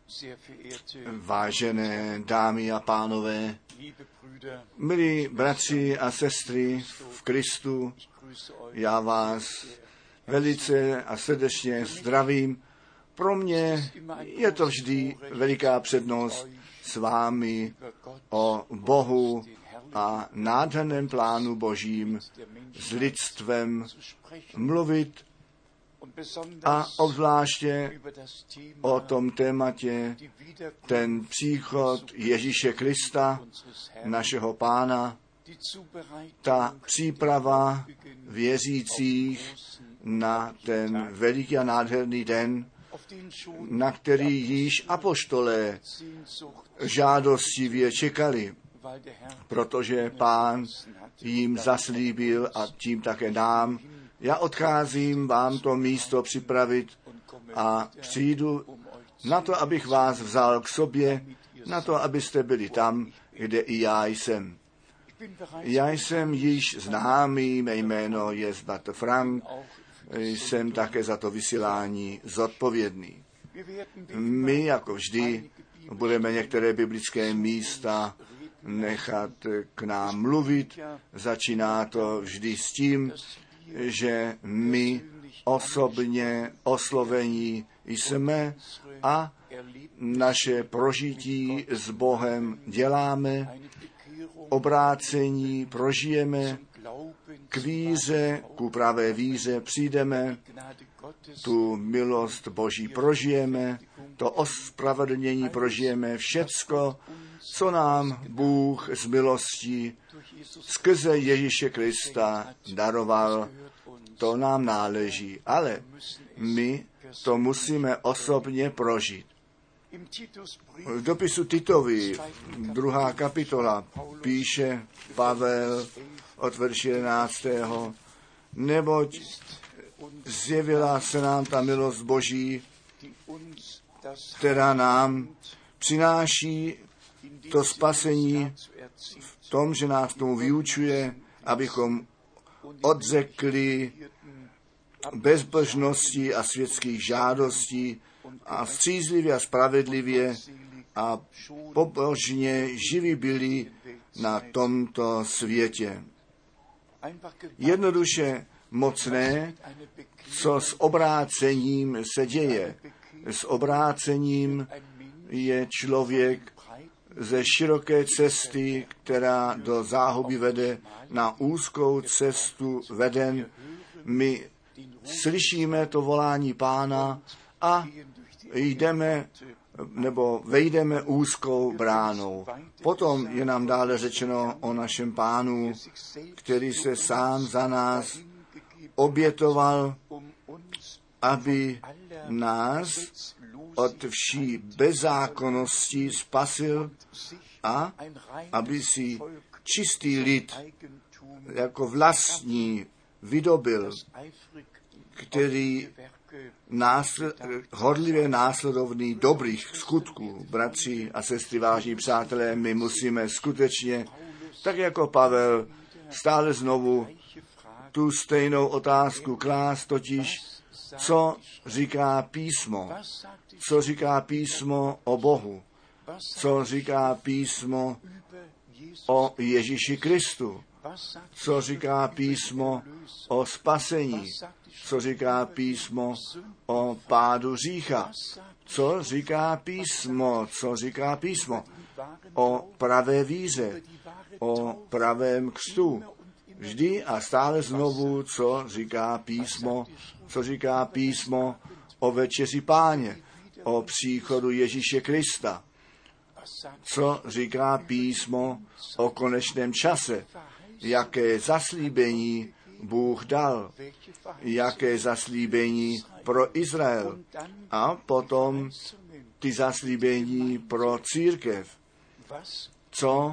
Vážené dámy a pánové, milí bratři a sestry v Kristu, já vás velice a srdečně zdravím. Pro mě je to vždy veliká přednost s vámi o Bohu a nádherném plánu Božím s lidstvem mluvit a obzvláště o tom tématě ten příchod Ježíše Krista, našeho Pána, ta příprava věřících na ten veliký a nádherný den, na který již apoštolé žádostivě čekali, protože Pán jim zaslíbil a tím také nám: já odcházím vám to místo připravit a přijdu na to, abych vás vzal k sobě, na to, abyste byli tam, kde i já jsem. Já jsem již známý, mé jméno je bratr Frank, jsem také za to vysílání zodpovědný. My, jako vždy, budeme některé biblické místa nechat k nám mluvit. Začíná to vždy s tím, že my osobně oslovení jsme a naše prožití s Bohem děláme, obrácení prožijeme, k víře, ku pravé víře přijdeme, tu milost Boží prožijeme, to ospravedlnění prožijeme, všecko, co nám Bůh z milostí skrze Ježíše Krista daroval, to nám náleží, ale my to musíme osobně prožít. V dopisu Titovi, 2. kapitola, píše Pavel od verše 11. Neboť zjevila se nám ta milost Boží, která nám přináší to spasení v tom, že nás tomu vyučuje, abychom odřekli bezbožnosti a světských žádostí a střízlivě a spravedlivě a pobožně živí byli na tomto světě. Jednoduše mocné, co s obrácením se děje. S obrácením je člověk ze široké cesty, která do záhuby vede, na úzkou cestu veden. My slyšíme to volání Pána a jdeme nebo vejdeme úzkou bránou. Potom je nám dále řečeno o našem Pánu, který se sám za nás obětoval, aby nás od vší bezzákonnosti spasil a aby si čistý lid jako vlastní vydobil, který horlivě následovný dobrých skutků. Bratři a sestry, vážní přátelé, my musíme skutečně, tak jako Pavel, stále znovu tu stejnou otázku klást, totiž co říká písmo. Co říká písmo o Bohu. Co říká písmo o Ježíši Kristu. Co říká písmo o spasení. Co říká písmo o pádu hřícha. Co říká písmo. Co říká písmo o pravé víře. O pravém křtu. Vždy a stále znovu, co říká písmo. Co říká písmo o večeři Páně, o příchodu Ježíše Krista. Co říká písmo o konečném čase, jaké zaslíbení Bůh dal, jaké zaslíbení pro Izrael a potom ty zaslíbení pro církev. Co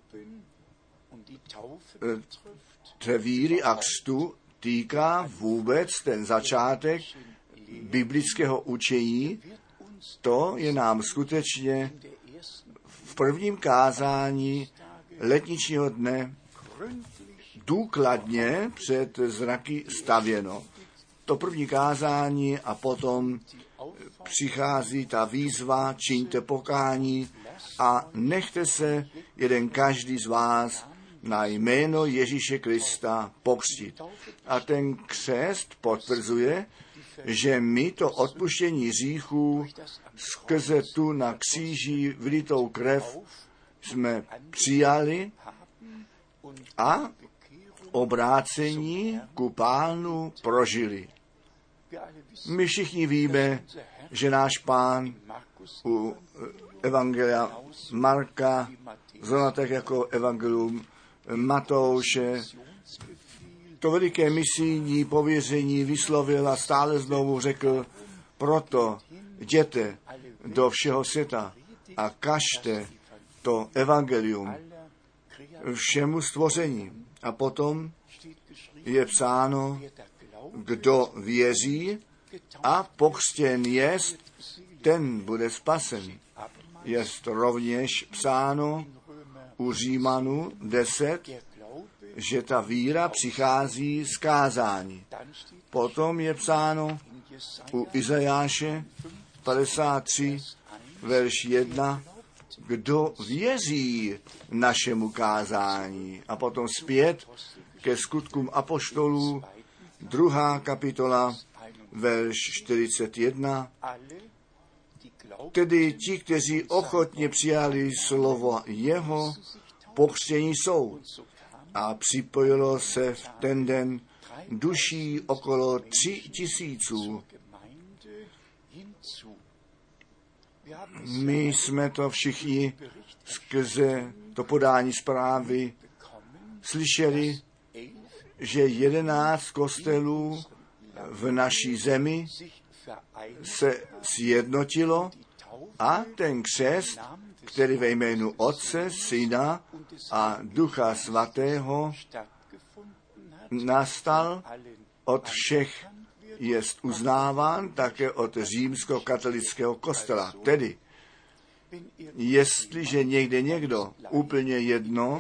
té víry a křtu týká vůbec ten začátek biblického učení, to je nám skutečně v prvním kázání letničního dne důkladně před zraky stavěno. To první kázání a potom přichází ta výzva, čiňte pokání a nechte se jeden každý z vás na jméno Ježíše Krista pokřtít. A ten křest potvrzuje, že my to odpuštění hříchů skrze tu na kříži vylitou krev jsme přijali a obrácení ku Pánu prožili. My všichni víme, že náš Pán u evangelia Marka, zrovna tak jako evangelium Matouše, to veliké misijní pověření vyslovil a stále znovu řekl, proto jděte do všeho světa a kažte to evangelium všemu stvoření. A potom je psáno, kdo věří a pokřtěn jest, ten bude spasen. Jest rovněž psáno u Římanů 10, že ta víra přichází z kázání. Potom je psáno u Izajáše 53, verš 1, kdo věří našemu kázání. A potom zpět ke skutkům apoštolů, 2. kapitola, verš 41. Tedy ti, kteří ochotně přijali slovo jeho, pokřtění jsou. A připojilo se v ten den duší okolo 3 000. My jsme to všichni skrze to podání zprávy slyšeli, že 11 kostelů v naší zemi se sjednotilo a ten křest, který ve jménu Otce, Syna a Ducha Svatého nastal, od všech jest uznáván také od římskokatolického kostela. Tedy, jestliže někde někdo úplně jedno,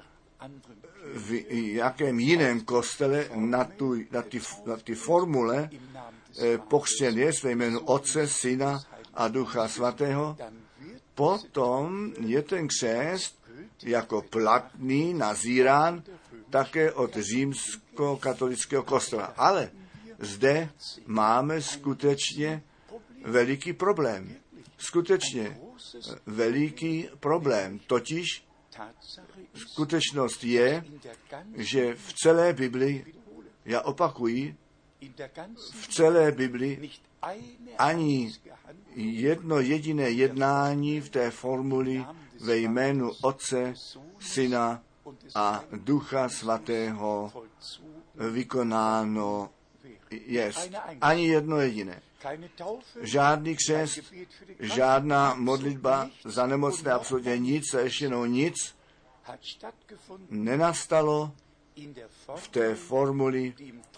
v jakém jiném kostele na ty formule pokřtěn jest ve jménu Otce, Syna a Ducha Svatého, potom je ten křest jako platný nazírán také od římskokatolického kostela. Ale zde máme skutečně veliký problém. Skutečně veliký problém. Totiž skutečnost je, že v celé Bibli, já opakuji, v celé Bibli ani jedno jediné jednání v té formuli ve jménu Otce, Syna a Ducha Svatého vykonáno jest. Ani jedno jediné. Žádný křest, žádná modlitba za nemocné, absolutně nic a ještě jednou nic nenastalo v té formuli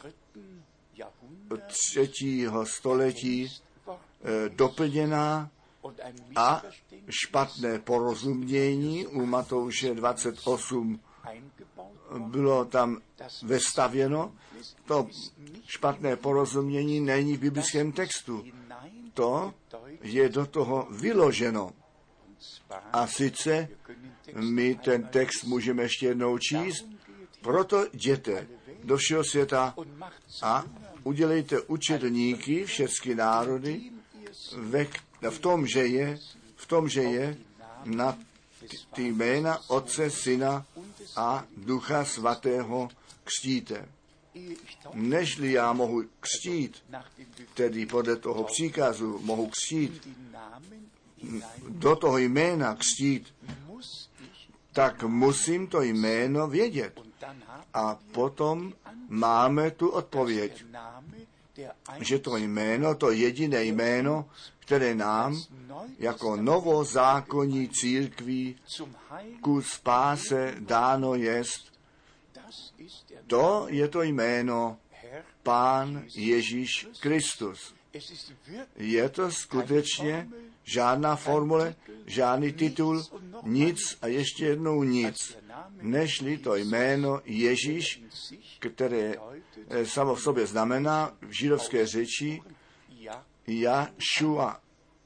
3. století doplněná a špatné porozumění u Matouše 28 bylo tam vestavěno. To špatné porozumění není v biblickém textu. To je do toho vyloženo. A sice my ten text můžeme ještě jednou číst, proto jděte do všeho světa a udělejte učedníky všechny národy v tom, že je na ty jména Otce, Syna a Ducha Svatého křtíte. Nežli já mohu křtít, tedy podle toho příkazu mohu křtít, do toho jména křtít, tak musím to jméno vědět. A potom máme tu odpověď, že to jméno, to jediné jméno, které nám jako novozákonní církví ku spáse dáno jest, to je to jméno Pán Ježíš Kristus. Je to skutečně žádná formule, žádný titul, nic a ještě jednou nic, nežli to jméno Ježíš, které samo v sobě znamená v židovské řeči, Jašua.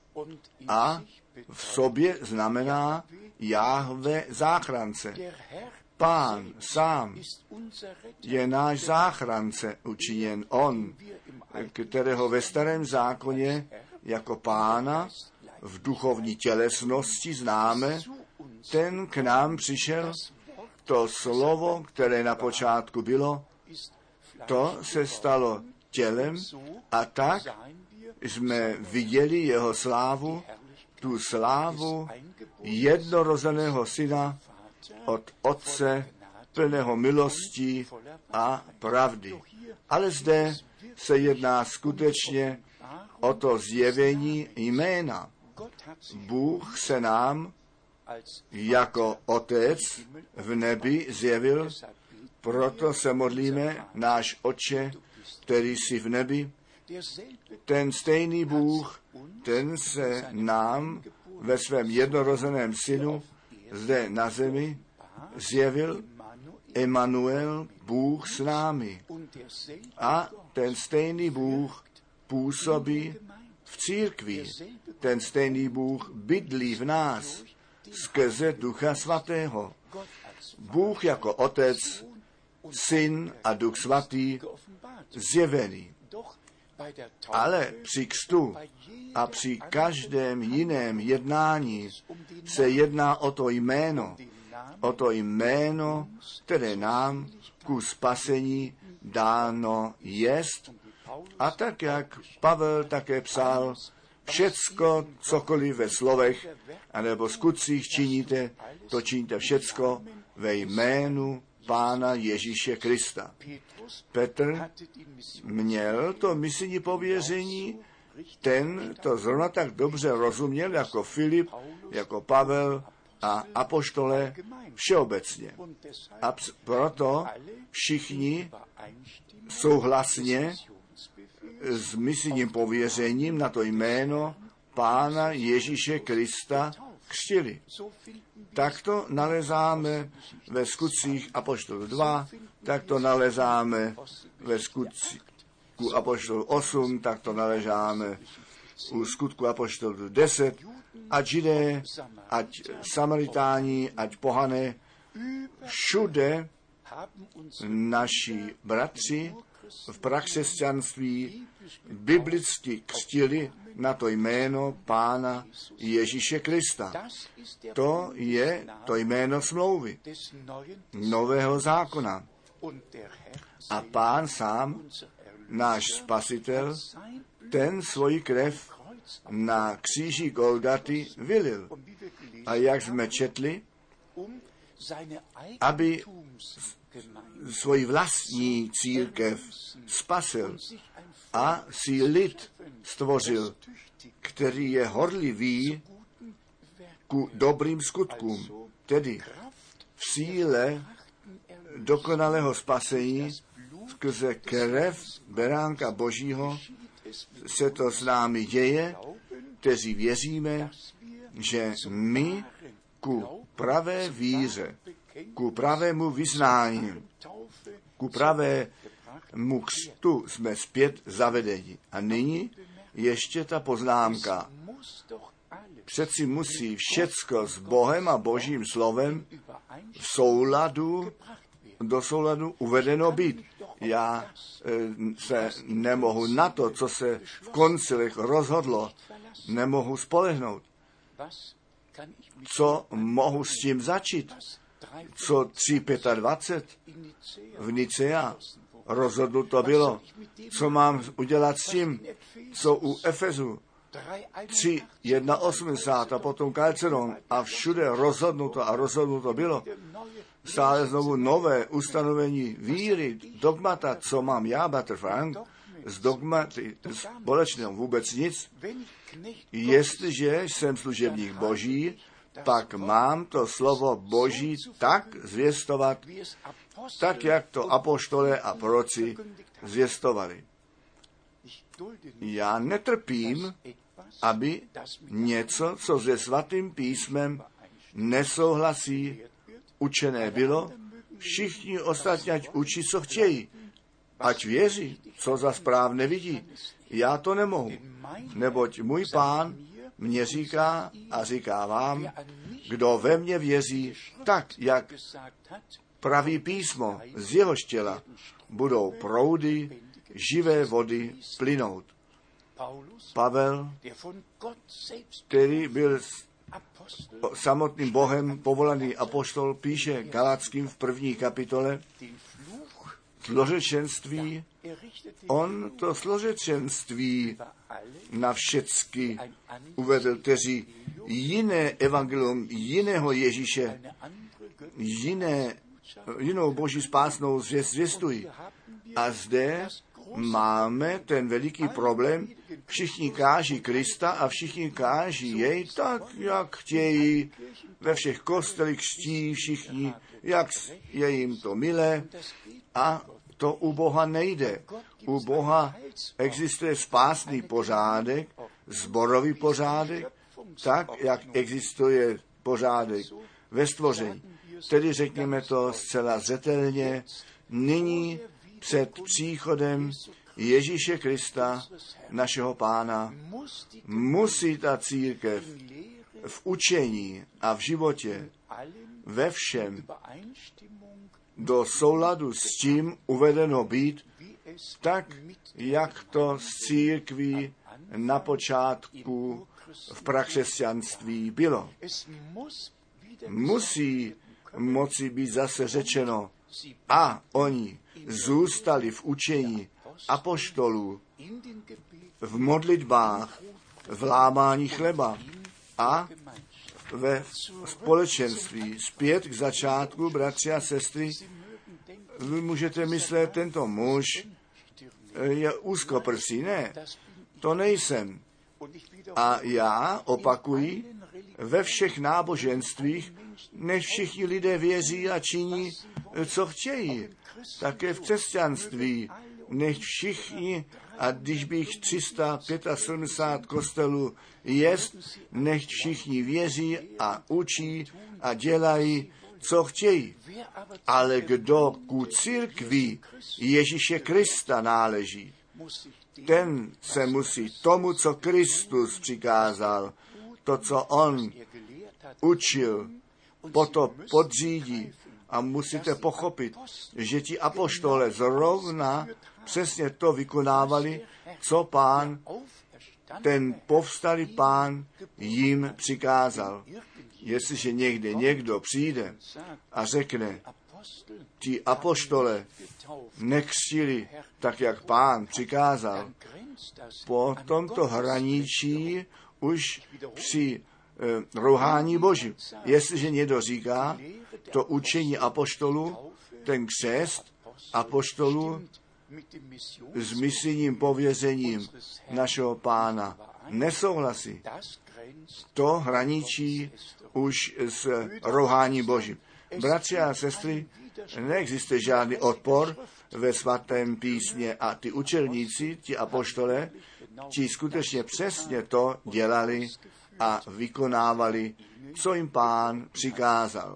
A v sobě znamená Jahve záchrance. Pán sám je náš záchrance, učiněn on, kterého ve Starém zákoně jako Pána v duchovní tělesnosti známe. Ten k nám přišel, to slovo, které na počátku bylo, to se stalo tělem a tak jsme viděli jeho slávu, tu slávu jednorozeného syna od Otce, plného milostí a pravdy. Ale zde se jedná skutečně o to zjevení jména. Bůh se nám jako Otec v nebi zjevil, proto se modlíme, náš Otče, který jsi v nebi. Ten stejný Bůh, ten se nám ve svém jednorozeném synu zde na zemi zjevil, Emanuel, Bůh s námi. A ten stejný Bůh působí v církvi. Ten stejný Bůh bydlí v nás skrze Ducha Svatého. Bůh jako Otec, Syn a Duch Svatý zjevený. Ale při křtu a při každém jiném jednání se jedná o to jméno, které nám ku spasení dáno jest. A tak, jak Pavel také psal, všecko, cokoliv ve slovech anebo skutcích činíte, to činíte všecko ve jménu Pána Ježíše Krista. Petr měl to misijní pověření, ten to zrovna tak dobře rozuměl jako Filip, jako Pavel a apoštole všeobecně. A proto všichni souhlasně s misijním pověřením na to jméno Pána Ježíše Krista křtili. Tak to nalezáme ve skutcích apoštolů 2, tak to nalezáme ve skutku apoštolů 8, tak to nalezáme u skutku apoštolů 10, ať Židé, ať Samaritáni, ať pohané, všude naši bratři v prakřesťanství biblicky křtili na to jméno Pána Ježíše Krista. To je to jméno smlouvy, nového zákona. A Pán sám, náš Spasitel, ten svoji krev na kříži Golgaty vylil. A jak jsme četli, aby svoji vlastní církev spasil a si lid stvořil, který je horlivý ku dobrým skutkům, tedy v síle dokonalého spasení skrze krev beránka Božího se to s námi děje, kteří věříme, že my ku pravé víře, ku pravému vyznání, ku pravému křtu jsme zpět zavedeni. A nyní ještě ta poznámka. Přeci musí všecko s Bohem a Božím slovem do souladu uvedeno být. Já se nemohu na to, co se v koncilech rozhodlo, nemohu spolehnout. Co mohu s tím začít? Co 3:25 v Nicea rozhodnuto bylo? Co mám udělat s tím? Co u Efezu 3:81 a potom Kalceron a všude rozhodnuto bylo. Stále znovu nové ustanovení víry, dogmata, co mám já, Bratr Frank, z dogmaty společného vůbec nic. Jestliže jsem služebník Boží, pak mám to slovo Boží tak zvěstovat, tak jak to apoštole a proroci zvěstovali. Já netrpím, aby něco, co se svatým písmem nesouhlasí, učené bylo. Všichni ostatní ať učí, co chtějí. Ať věří, co za správné vidí. Já to nemohu, neboť můj Pán mě říká a říká vám, kdo ve mně věří, tak, jak praví písmo, z jeho těla budou proudy živé vody plynout. Pavel, který byl samotným Bohem povolaný apoštol, píše Galackým v 1. kapitole zlořečenství. On to zlořečenství na všecky uvedl, kteří jiné evangelium, jiného Ježíše, jinou boží spásnou zvěstují. A zde máme ten veliký problém, všichni káží Krista a všichni káží jej tak, jak chtějí, ve všech kostelích křtí všichni, jak je jim to milé, a to u Boha nejde. U Boha existuje spásný pořádek, sborový pořádek, tak, jak existuje pořádek ve stvoření. Tedy řekněme to zcela zřetelně, nyní před příchodem Ježíše Krista, našeho Pána, musí ta církev v učení a v životě ve všem do souladu s tím uvedeno být, tak, jak to z církví na počátku v prakřesťanství bylo. Musí moci být zase řečeno, a oni zůstali v učení apoštolů, v modlitbách, v lámání chleba a ve společenství. Zpět k začátku, bratři a sestry, vy můžete myslet, tento muž je úzkoprsý. Ne, to nejsem. A já opakuji, ve všech náboženstvích, než všichni lidé věří a činí, co chtějí. Také v křesťanství, než všichni, a když bych 375 kostelů jest, než všichni věří a učí a dělají, co chtějí. Ale kdo ku církvi Ježíše Krista náleží, ten se musí tomu, co Kristus přikázal, to, co on učil, potom podřídí. A musíte pochopit, že ti apoštole zrovna přesně to vykonávali, co Pán, ten povstalý Pán jim přikázal. Jestliže někde někdo přijde a řekne, ti apoštole nekřtili tak, jak Pán přikázal, po tomto hraničí už při rouhání Boží. Jestliže někdo říká, to učení apoštolů, ten křest apoštolů s misijním pověřením našeho Pána nesouhlasí, to hraničí už s rouháním Božím. Bratři a sestry, neexistuje žádný odpor ve svatém písmě a ty učelníci, ti apoštole, ti skutečně přesně to dělali a vykonávali, co jim Pán přikázal.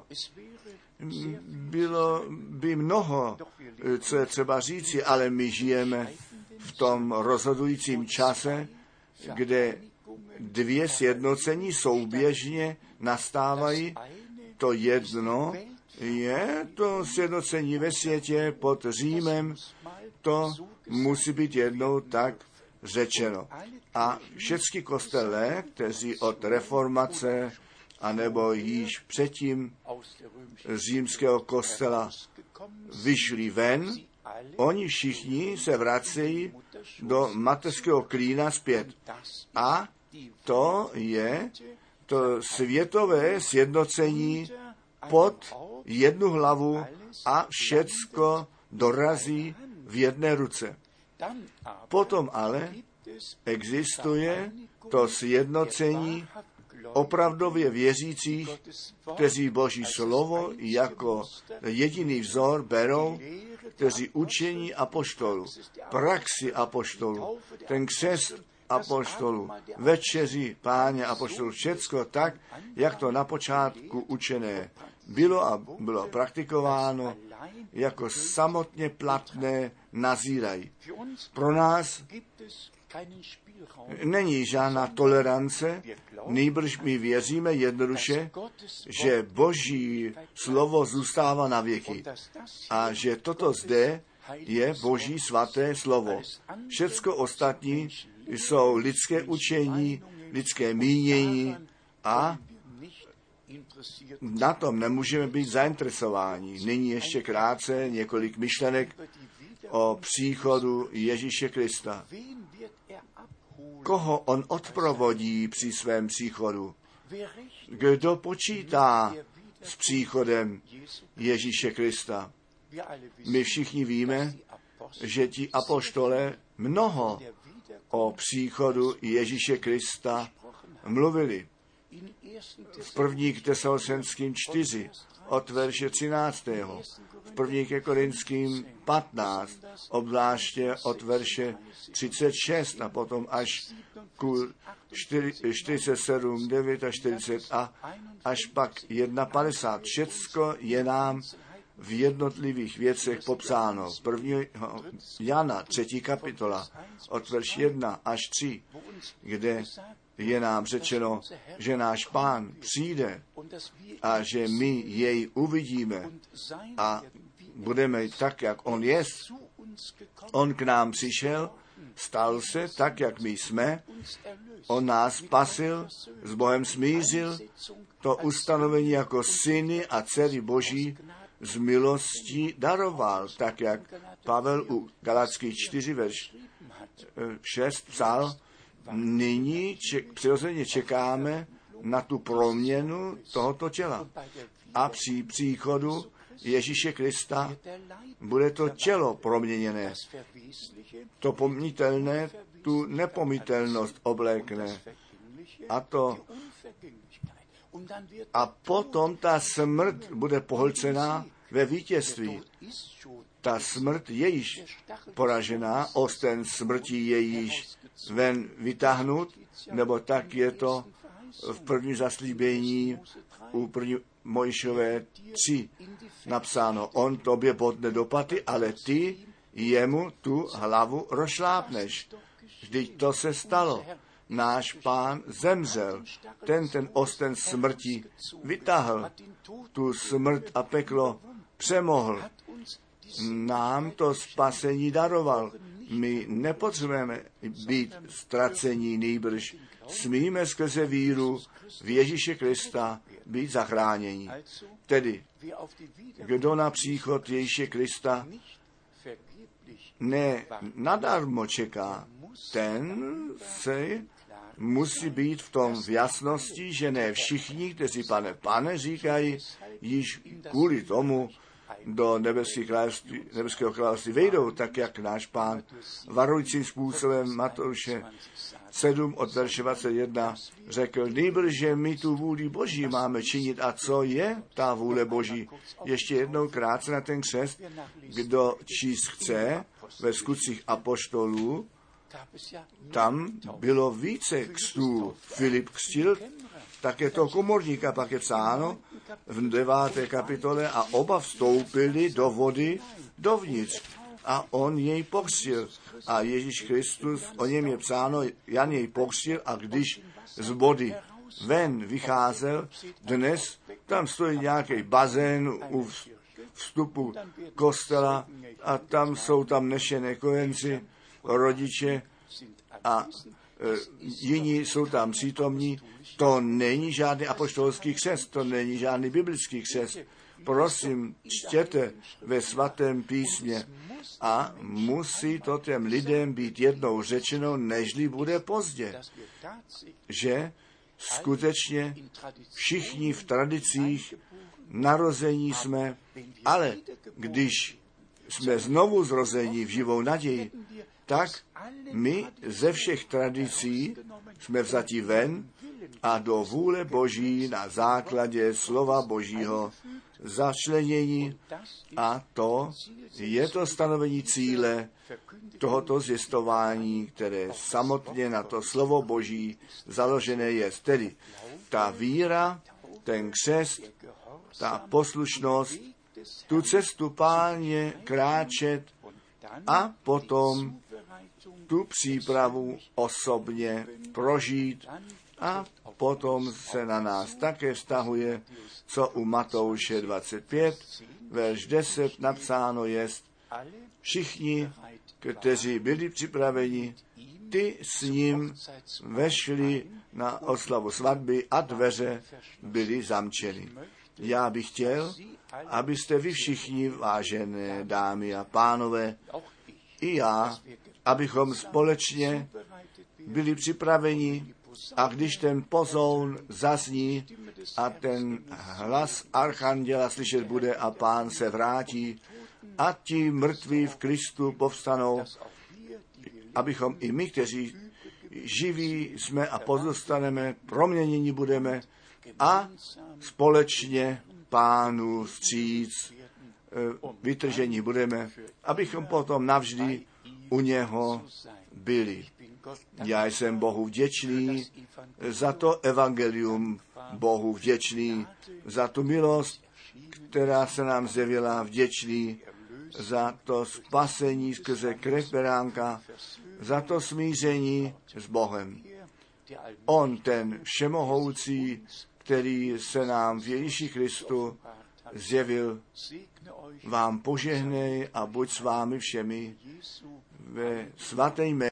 Bylo by mnoho, co je třeba říci, ale my žijeme v tom rozhodujícím čase, kde dvě sjednocení souběžně nastávají. To jedno je to sjednocení ve světě pod Římem, to musí být jednou tak řečeno. A všechny kostele, kteří od reformace anebo již předtím z římského kostela vyšli ven, oni všichni se vracejí do mateřského klína zpět. A to je to světové sjednocení pod jednu hlavu a všecko dorazí v jedné ruce. Potom ale existuje to sjednocení opravdově věřících, kteří Boží slovo jako jediný vzor berou, kteří učení apoštolů, praxi apoštolů, ten křest apoštolů, večeři Páně apoštolů, všecko tak, jak to na počátku učené bylo a bylo praktikováno, jako samotně platné nazírají. Pro nás není žádná tolerance, nýbrž my věříme jednoduše, že Boží slovo zůstává na věky a že toto zde je Boží svaté slovo. Všecko ostatní jsou lidské učení, lidské mínění a na tom nemůžeme být zainteresováni. Nyní ještě krátce několik myšlenek o příchodu Ježíše Krista. Koho on odprovodí při svém příchodu? Kdo počítá s příchodem Ježíše Krista? My všichni víme, že ti apoštole mnoho o příchodu Ježíše Krista mluvili. V 1. Tesalonickým 4 od verše 13. V 1. ke Korinským 15, obzvláště od verše 36 a potom až ku 47, 9 a 40 a až pak 51. Všecko je nám v jednotlivých věcech popsáno. 1. Jana, 3. kapitola, od verš 1 až 3, kde je nám řečeno, že náš Pán přijde a že my jej uvidíme a budeme tak, jak on je. On k nám přišel, stal se tak, jak my jsme, on nás spasil, s Bohem smířil, to ustanovení jako syny a dcery Boží z milostí daroval, tak jak Pavel u Galatských 4, verš 6 psal. Nyní přirozeně čekáme na tu proměnu tohoto těla. A při příchodu Ježíše Krista bude to tělo proměněné. To pomítelné tu nepomítelnost oblékne. A potom ta smrt bude pohlcená ve vítězství. Ta smrt je již poražená, osten smrti je již ven vytáhnut, nebo tak je to v prvním zaslíbení u první Mojžíšové 3 napsáno. On tobě bodne do paty, ale ty jemu tu hlavu rozšlápneš. Vždyť to se stalo. Náš Pán zemřel. Ten osten smrti vytáhl. Tu smrt a peklo přemohl. Nám to spasení daroval. My nepotřebujeme být ztracení, nýbrž smíme skrze víru v Ježíše Krista být zachráněni. Tedy, kdo na příchod Ježíše Krista ne nadarmo čeká, ten se musí být v jasnosti, že ne všichni, kteří pane říkají, již kvůli tomu do nebeského království vejdou, tak jak náš Pán varujícím způsobem Matouše 7 od verše 21 řekl, nýbrže my tu vůli Boží máme činit. A co je ta vůle Boží? Ještě jednou krátce na ten křest, kdo číst chce ve skutcích apoštolů, tam bylo více křtů. Filip křtil, také to komorníka pak je psáno v 9. kapitole a oba vstoupili do vody dovnitř a on jej pokřtil. A Ježíš Kristus, o něm je psáno, Jan jej pokřtil a když z vody ven vycházel, dnes tam stojí nějaký bazén u vstupu kostela a tam jsou tam nešené kojenci, rodiče a jiní jsou tam přítomní. To není žádný apoštolský křest, to není žádný biblický křest. Prosím, čtěte ve svatém písmě a musí to těm lidem být jednou řečeno, nežli bude pozdě, že skutečně všichni v tradicích narození jsme, ale když jsme znovu zrození v živou naději, tak my ze všech tradicí jsme vzati ven a do vůle Boží na základě slova Božího začlenění a to je to stanovení cíle tohoto zvěstování, které samotně na to slovo Boží založené je. Tedy ta víra, ten křest, ta poslušnost, tu cestu Páně kráčet a potom tu přípravu osobně prožít a potom se na nás také vztahuje, co u Matouše 25, verš 10 napsáno jest, všichni, kteří byli připraveni, ty s ním vešli na oslavu svatby a dveře byly zamčeny. Já bych chtěl, abyste vy všichni, vážené dámy a pánové, i já, abychom společně byli připraveni a když ten pozoun zazní a ten hlas archanděla slyšet bude a Pán se vrátí a ti mrtví v Kristu povstanou, abychom i my, kteří živí jsme a pozůstaneme, proměněni budeme a společně Pánu vstříc vytržení budeme, abychom potom navždy u něho byli. Já jsem Bohu vděčný za to evangelium, Bohu vděčný za tu milost, která se nám zjevila, vděčný za to spasení skrze krev beránka, za to smíření s Bohem. On, ten všemohoucí, který se nám v Ježíši Kristu zjevil, vám požehnej a buď s vámi všemi ve svaté jméně